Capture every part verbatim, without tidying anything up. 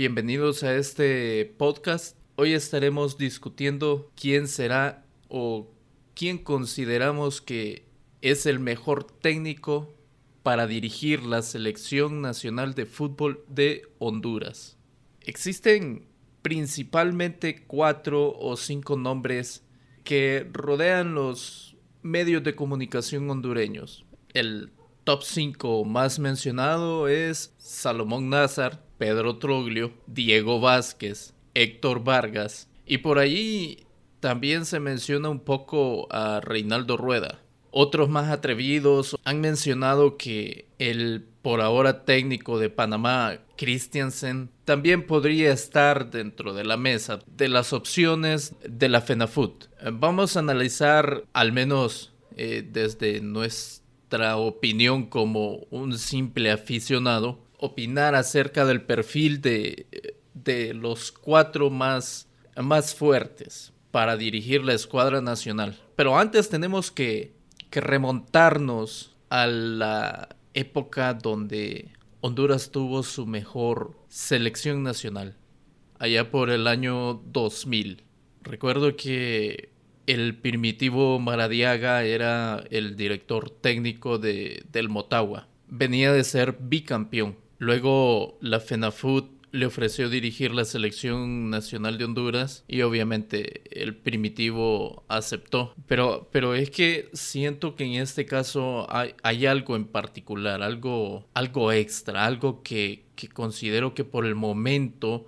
Bienvenidos a este podcast. Hoy estaremos discutiendo quién será o quién consideramos que es el mejor técnico para dirigir la Selección Nacional de Fútbol de Honduras. Existen principalmente cuatro o cinco nombres que rodean los medios de comunicación hondureños. El top cinco más mencionado es Salomón Nazar, Pedro Troglio, Diego Vázquez, Héctor Vargas, y por allí también se menciona un poco a Reinaldo Rueda. Otros más atrevidos han mencionado que el por ahora técnico de Panamá, Christiansen, también podría estar dentro de la mesa de las opciones de la FENAFUT. Vamos a analizar, al menos eh, desde nuestra opinión como un simple aficionado, opinar acerca del perfil de, de los cuatro más, más fuertes para dirigir la escuadra nacional. Pero antes tenemos que, que remontarnos a la época donde Honduras tuvo su mejor selección nacional, allá por el año dos mil. Recuerdo que el primitivo Maradiaga era el director técnico de, del Motagua. Venía de ser bicampeón. Luego la FENAFUT le ofreció dirigir la Selección Nacional de Honduras y obviamente el primitivo aceptó. Pero, pero es que siento que en este caso hay, hay algo en particular, algo, algo extra, algo que, que considero que por el momento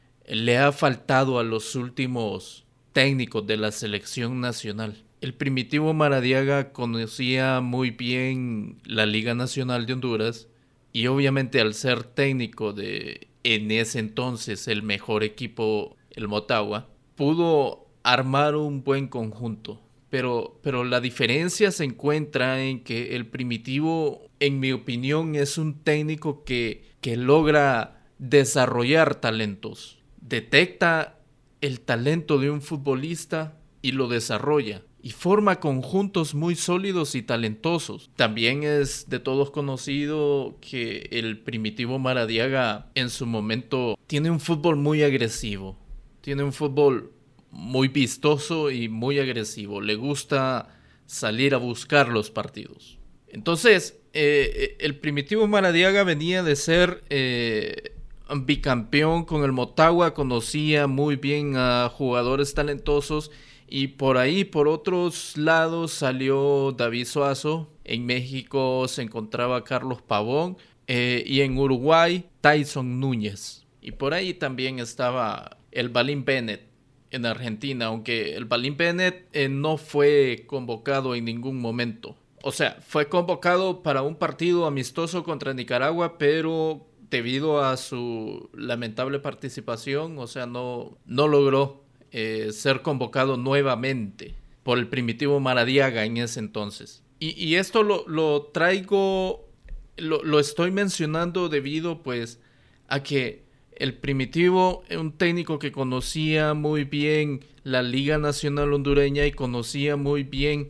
le ha faltado a los últimos técnicos de la Selección Nacional. El primitivo Maradiaga conocía muy bien la Liga Nacional de Honduras y obviamente al ser técnico de en ese entonces el mejor equipo, el Motagua, pudo armar un buen conjunto. Pero, pero la diferencia se encuentra en que el primitivo, en mi opinión, es un técnico que, que logra desarrollar talentos. Detecta el talento de un futbolista y lo desarrolla. Y forma conjuntos muy sólidos y talentosos. También es de todos conocido que el primitivo Maradiaga en su momento tiene un fútbol muy agresivo. Tiene un fútbol muy vistoso y muy agresivo. Le gusta salir a buscar los partidos. Entonces, eh, el primitivo Maradiaga venía de ser eh, bicampeón con el Motagua. Conocía muy bien a jugadores talentosos. Y por ahí, por otros lados, salió David Suazo. En México se encontraba Carlos Pavón. Eh, y en Uruguay, Tyson Núñez. Y por ahí también estaba el Balín Bennett en Argentina. Aunque el Balín Bennett eh, no fue convocado en ningún momento. O sea, fue convocado para un partido amistoso contra Nicaragua, pero debido a su lamentable participación, o sea, no, no logró Eh, ser convocado nuevamente por el primitivo Maradiaga en ese entonces. Y, y esto lo, lo traigo, lo, lo estoy mencionando debido pues a que el primitivo es un técnico que conocía muy bien la Liga Nacional Hondureña y conocía muy bien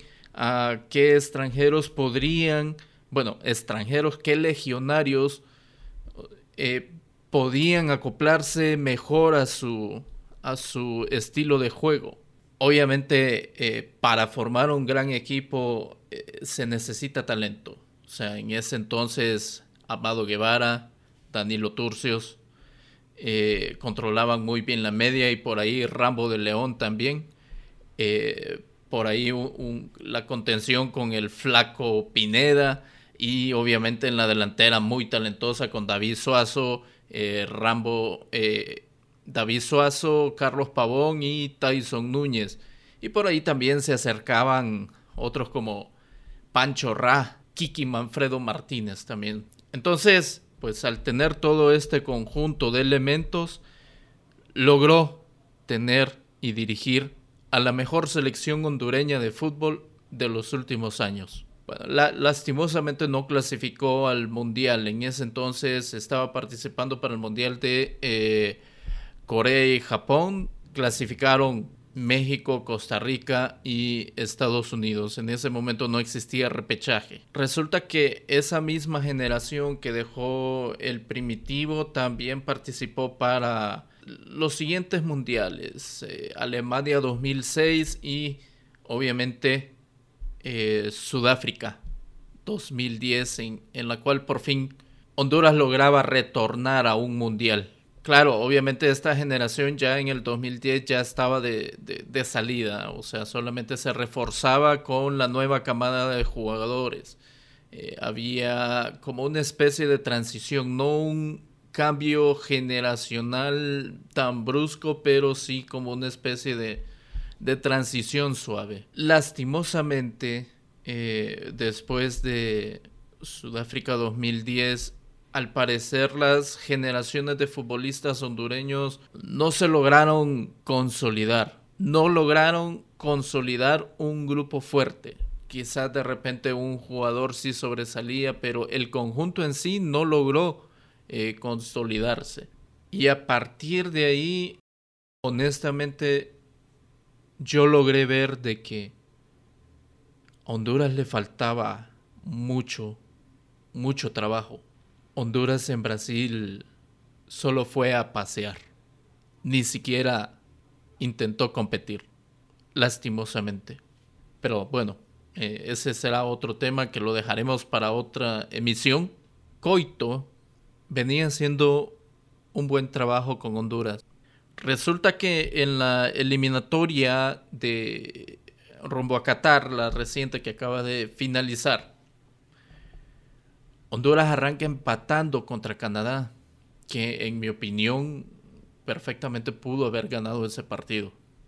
a qué extranjeros podrían, bueno, extranjeros, qué legionarios eh, podían acoplarse mejor a su a su estilo de juego. Obviamente, eh, para formar un gran equipo eh, se necesita talento. O sea, en ese entonces, Amado Guevara, Danilo Turcios, eh, controlaban muy bien la media y por ahí Rambo de León también. Eh, por ahí un, un, la contención con el flaco Pineda y obviamente en la delantera muy talentosa con David Suazo, eh, Rambo... Eh, David Suazo, Carlos Pavón y Tyson Núñez. Y por ahí también se acercaban otros como Pancho Ra, Kiki Manfredo Martínez también. Entonces, pues al tener todo este conjunto de elementos, logró tener y dirigir a la mejor selección hondureña de fútbol de los últimos años. Bueno, la, lastimosamente no clasificó al Mundial. En ese entonces estaba participando para el Mundial de... Eh, Corea y Japón clasificaron México, Costa Rica y Estados Unidos. En ese momento no existía repechaje. Resulta que esa misma generación que dejó el Primitivo también participó para los siguientes mundiales. Eh, Alemania dos mil seis y obviamente eh, Sudáfrica dos mil diez, en, en la cual por fin Honduras lograba retornar a un mundial. Claro, obviamente esta generación ya en el dos mil diez ya estaba de, de, de salida, o sea, solamente se reforzaba con la nueva camada de jugadores. Eh, había como una especie de transición, no un cambio generacional tan brusco, pero sí como una especie de, de transición suave. Lastimosamente, eh, después de Sudáfrica dos mil diez, al parecer las generaciones de futbolistas hondureños no se lograron consolidar. No lograron consolidar un grupo fuerte. Quizás de repente un jugador sí sobresalía, pero el conjunto en sí no logró eh, consolidarse. Y a partir de ahí, honestamente, yo logré ver de que a Honduras le faltaba mucho, mucho trabajo. Honduras en Brasil solo fue a pasear. Ni siquiera intentó competir, lastimosamente. Pero bueno, eh, ese será otro tema que lo dejaremos para otra emisión. Coito venía haciendo un buen trabajo con Honduras. Resulta que en la eliminatoria de rumbo a Qatar, la reciente que acaba de finalizar, Honduras arranca empatando contra Canadá, que en mi opinión perfectamente pudo haber ganado ese partido.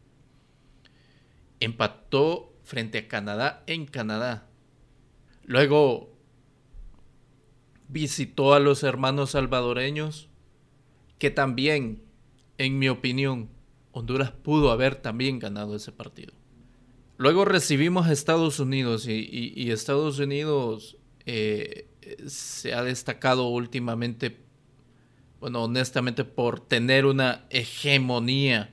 Empató frente a Canadá en Canadá. Luego visitó a los hermanos salvadoreños, que también, en mi opinión, Honduras pudo haber también ganado ese partido. Luego recibimos a Estados Unidos y, y, y Estados Unidos eh, se ha destacado últimamente, bueno, honestamente, por tener una hegemonía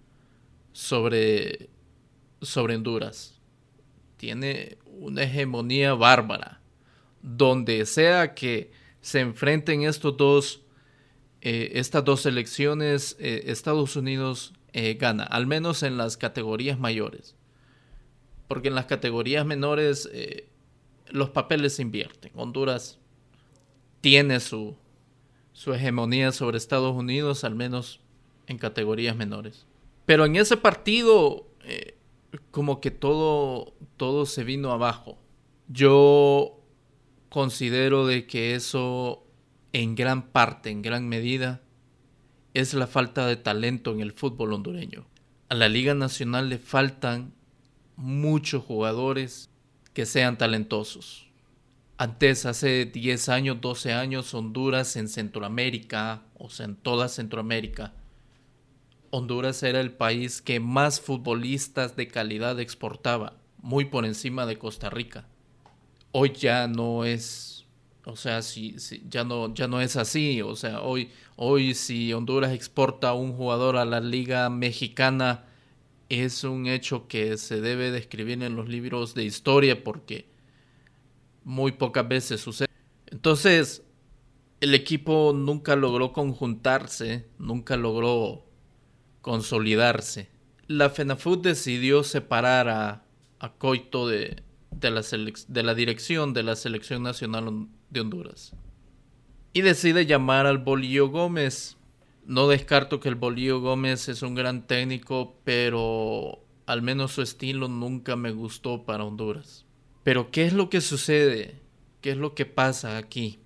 sobre, sobre Honduras. Tiene una hegemonía bárbara. Donde sea que se enfrenten estos dos, eh, estas dos selecciones, eh, Estados Unidos eh, gana, al menos en las categorías mayores. Porque en las categorías menores eh, los papeles se invierten. Honduras tiene su, su hegemonía sobre Estados Unidos, al menos en categorías menores. Pero en ese partido, eh, como que todo, todo se vino abajo. Yo considero de que eso, en gran parte, en gran medida, es la falta de talento en el fútbol hondureño. A la Liga Nacional le faltan muchos jugadores que sean talentosos. Antes, hace diez años, doce años, Honduras en Centroamérica, o sea, en toda Centroamérica, Honduras era el país que más futbolistas de calidad exportaba, muy por encima de Costa Rica. Hoy ya no es, o sea, si, si, ya, no, ya no es así. O sea, hoy, hoy si Honduras exporta a un jugador a la Liga Mexicana, es un hecho que se debe de escribir en los libros de historia porque muy pocas veces sucede. Entonces, el equipo nunca logró conjuntarse, nunca logró consolidarse. La FENAFUT decidió separar a, a Coito de, de, la selec- de la dirección de la Selección Nacional de Honduras. Y decide llamar al Bolillo Gómez. No descarto que el Bolillo Gómez es un gran técnico, pero al menos su estilo nunca me gustó para Honduras. Pero ¿qué es lo que sucede? ¿Qué es lo que pasa aquí?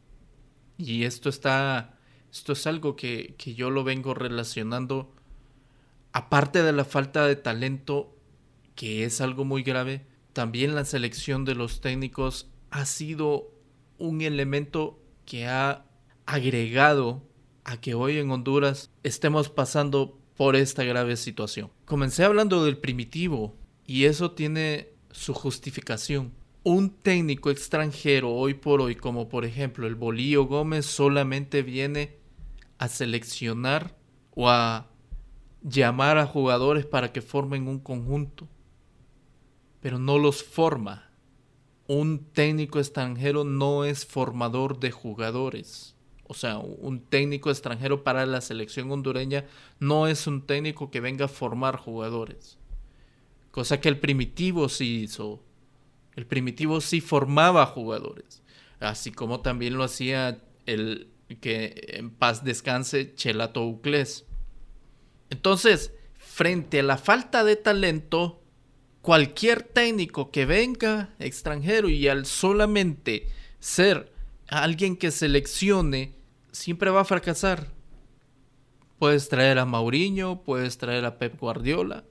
Y esto está, esto es algo que, que yo lo vengo relacionando, aparte de la falta de talento, que es algo muy grave, también la selección de los técnicos ha sido un elemento que ha agregado a que hoy en Honduras estemos pasando por esta grave situación. Comencé hablando del Primitivo y eso tiene su justificación. Un técnico extranjero hoy por hoy, como por ejemplo el Bolillo Gómez, solamente viene a seleccionar o a llamar a jugadores para que formen un conjunto, pero no los forma. Un técnico extranjero no es formador de jugadores. O sea, un técnico extranjero para la selección hondureña no es un técnico que venga a formar jugadores. Cosa que el Primitivo sí hizo. El Primitivo sí formaba jugadores. Así como también lo hacía el que en paz descanse Chelato Uclés. Entonces, frente a la falta de talento, cualquier técnico que venga extranjero y al solamente ser alguien que seleccione, siempre va a fracasar. Puedes traer a Mourinho, puedes traer a Pep Guardiola,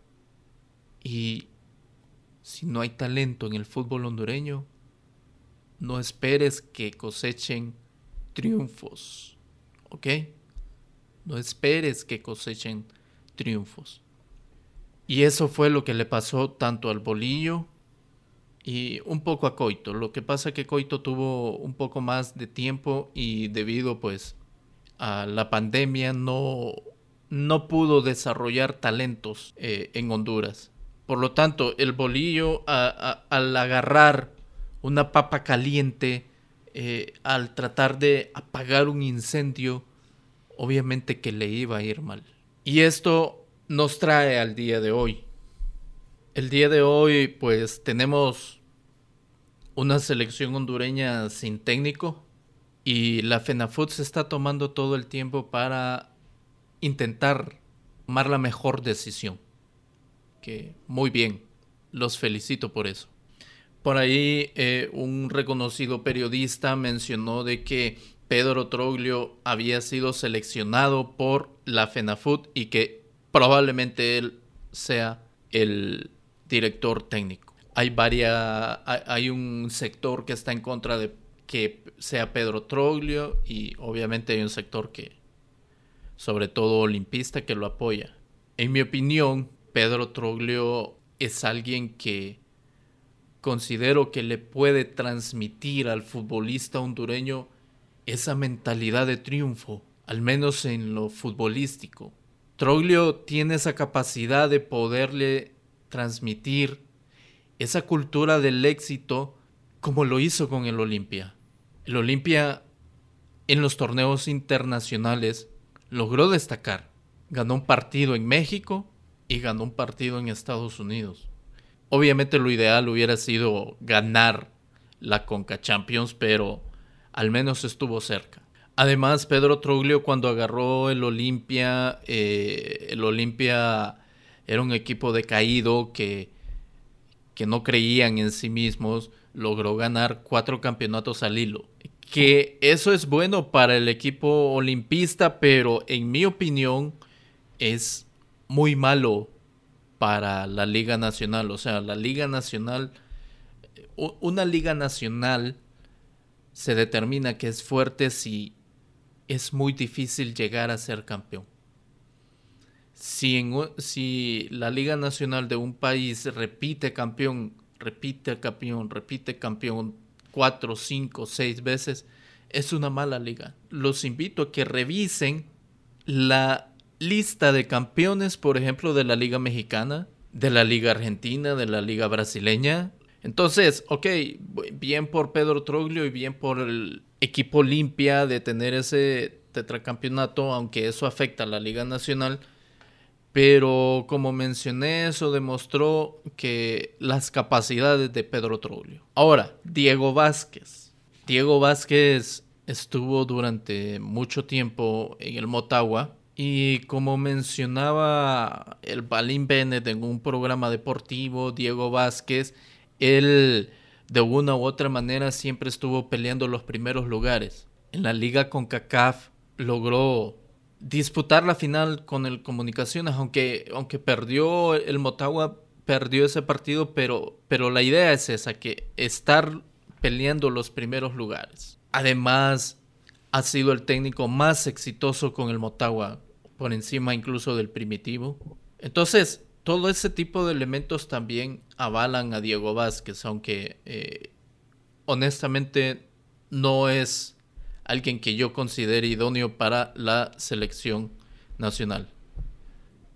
y si no hay talento en el fútbol hondureño, no esperes que cosechen triunfos, ¿ok? No esperes que cosechen triunfos. Y eso fue lo que le pasó tanto al Bolillo y un poco a Coito. Lo que pasa es que Coito tuvo un poco más de tiempo y debido pues a la pandemia no, no pudo desarrollar talentos eh, en Honduras. Por lo tanto, el Bolillo a, a, al agarrar una papa caliente, eh, al tratar de apagar un incendio, obviamente que le iba a ir mal. Y esto nos trae al día de hoy. El día de hoy pues tenemos una selección hondureña sin técnico y la FENAFUT se está tomando todo el tiempo para intentar tomar la mejor decisión. Que muy bien, los felicito por eso. Por ahí eh, un reconocido periodista mencionó de que Pedro Troglio había sido seleccionado por la FENAFUT y que probablemente él sea el director técnico. Hay varias, hay un sector que está en contra de que sea Pedro Troglio y obviamente hay un sector que, sobre todo olimpista, que lo apoya. En mi opinión, Pedro Troglio es alguien que considero que le puede transmitir al futbolista hondureño esa mentalidad de triunfo, al menos en lo futbolístico. Troglio tiene esa capacidad de poderle transmitir esa cultura del éxito como lo hizo con el Olimpia. El Olimpia en los torneos internacionales logró destacar. Ganó un partido en México y ganó un partido en Estados Unidos. Obviamente lo ideal hubiera sido ganar la Conca Champions, pero al menos estuvo cerca. Además, Pedro Troglio cuando agarró el Olimpia, eh, el Olimpia era un equipo decaído que, que no creían en sí mismos, logró ganar cuatro campeonatos al hilo. Que eso es bueno para el equipo olimpista, pero en mi opinión es muy malo para la Liga Nacional. O sea, la Liga Nacional, una Liga Nacional se determina que es fuerte si es muy difícil llegar a ser campeón. Si, en, si la Liga Nacional de un país repite campeón, repite campeón, repite campeón cuatro, cinco, seis veces, es una mala liga. Los invito a que revisen la lista de campeones, por ejemplo, de la Liga Mexicana, de la Liga Argentina, de la Liga Brasileña. Entonces, ok, bien por Pedro Troglio y bien por el equipo Olimpia de tener ese tetracampeonato, aunque eso afecta a la Liga Nacional. Pero como mencioné, eso demostró que las capacidades de Pedro Troglio. Ahora, Diego Vázquez. Diego Vázquez estuvo durante mucho tiempo en el Motagua. Y como mencionaba el Balín Bennett en un programa deportivo, Diego Vázquez, él de una u otra manera siempre estuvo peleando los primeros lugares. En la Liga CONCACAF logró disputar la final con el Comunicaciones, aunque, aunque perdió el Motagua, perdió ese partido, pero, pero la idea es esa, que estar peleando los primeros lugares. Además, ha sido el técnico más exitoso con el Motagua, por encima incluso del Primitivo. Entonces, todo ese tipo de elementos también avalan a Diego Vázquez, aunque eh, honestamente no es alguien que yo considere idóneo para la selección nacional.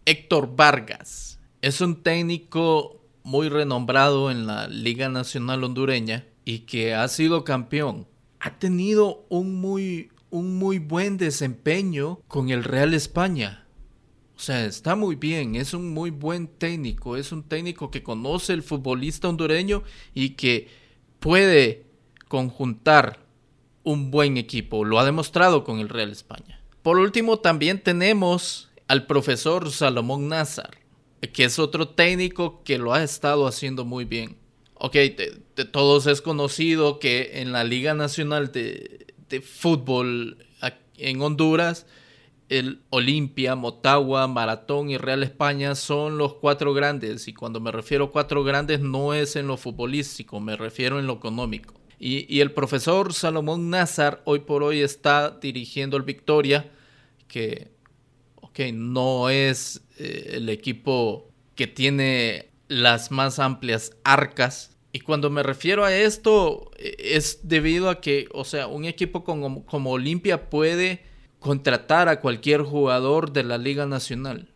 Héctor Vargas es un técnico muy renombrado en la Liga Nacional Hondureña y que ha sido campeón. Ha tenido un muy, un muy buen desempeño con el Real España. O sea, está muy bien, es un muy buen técnico, es un técnico que conoce el futbolista hondureño y que puede conjuntar un buen equipo. Lo ha demostrado con el Real España. Por último, también tenemos al profesor Salomón Nazar, que es otro técnico que lo ha estado haciendo muy bien. Ok, de, de todos es conocido que en la Liga Nacional de, de Fútbol en Honduras, el Olimpia, Motagua, Maratón y Real España son los cuatro grandes. Y cuando me refiero a cuatro grandes no es en lo futbolístico, me refiero en lo económico. Y, y el profesor Salomón Nazar hoy por hoy está dirigiendo el Victoria, que okay, no es eh, el equipo que tiene las más amplias arcas. Y cuando me refiero a esto es debido a que, o sea, un equipo como, como Olimpia puede contratar a cualquier jugador de la Liga Nacional.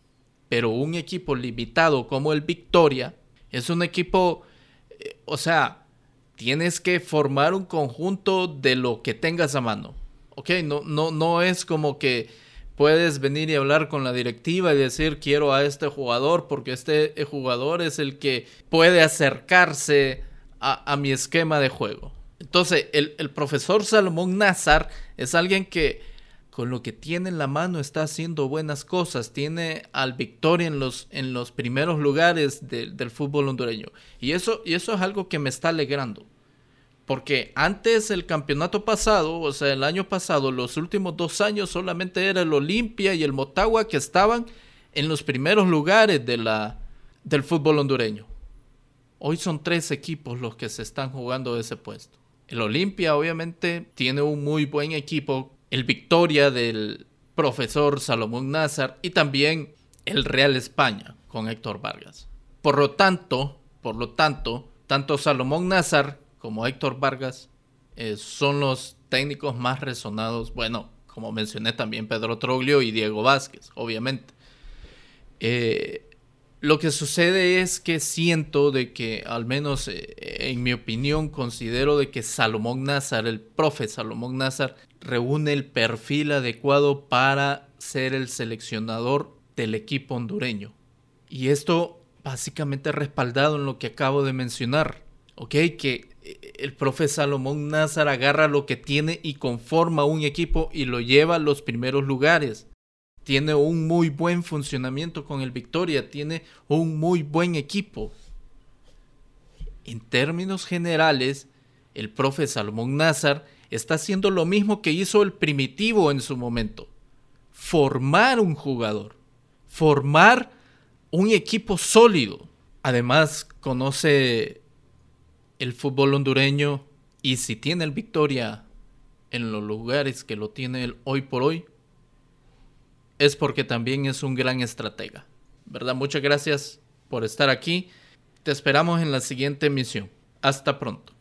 Pero un equipo limitado como el Victoria es un equipo, eh, o sea, tienes que formar un conjunto de lo que tengas a mano. Ok, no, no, no es como que puedes venir y hablar con la directiva y decir quiero a este jugador porque este jugador es el que puede acercarse a, a mi esquema de juego. Entonces el, el profesor Salomón Nazar es alguien que con lo que tiene en la mano está haciendo buenas cosas. Tiene al Victoria en los, en los primeros lugares de, del fútbol hondureño. Y eso, y eso es algo que me está alegrando. Porque antes el campeonato pasado, o sea, el año pasado, los últimos dos años solamente era el Olimpia y el Motagua que estaban en los primeros lugares de la, del fútbol hondureño. Hoy son tres equipos los que se están jugando ese puesto. El Olimpia obviamente tiene un muy buen equipo. El Victoria del profesor Salomón Nazar y también el Real España con Héctor Vargas. Por lo tanto, por lo tanto, tanto Salomón Nazar como Héctor Vargas eh, son los técnicos más resonados. Bueno, como mencioné también Pedro Troglio y Diego Vázquez, obviamente. Eh, lo que sucede es que siento de que, al menos eh, en mi opinión, considero de que Salomón Nazar, el profe Salomón Nazar, reúne el perfil adecuado para ser el seleccionador del equipo hondureño. Y esto básicamente respaldado en lo que acabo de mencionar. Ok, que el profe Salomón Nazar agarra lo que tiene y conforma un equipo y lo lleva a los primeros lugares. Tiene un muy buen funcionamiento con el Victoria, tiene un muy buen equipo. En términos generales, el profe Salomón Nazar está haciendo lo mismo que hizo el Primitivo en su momento. Formar un jugador, formar un equipo sólido. Además, conoce el fútbol hondureño y si tiene el Victoria en los lugares que lo tiene él hoy por hoy, es porque también es un gran estratega. ¿Verdad? Muchas gracias por estar aquí. Te esperamos en la siguiente emisión. Hasta pronto.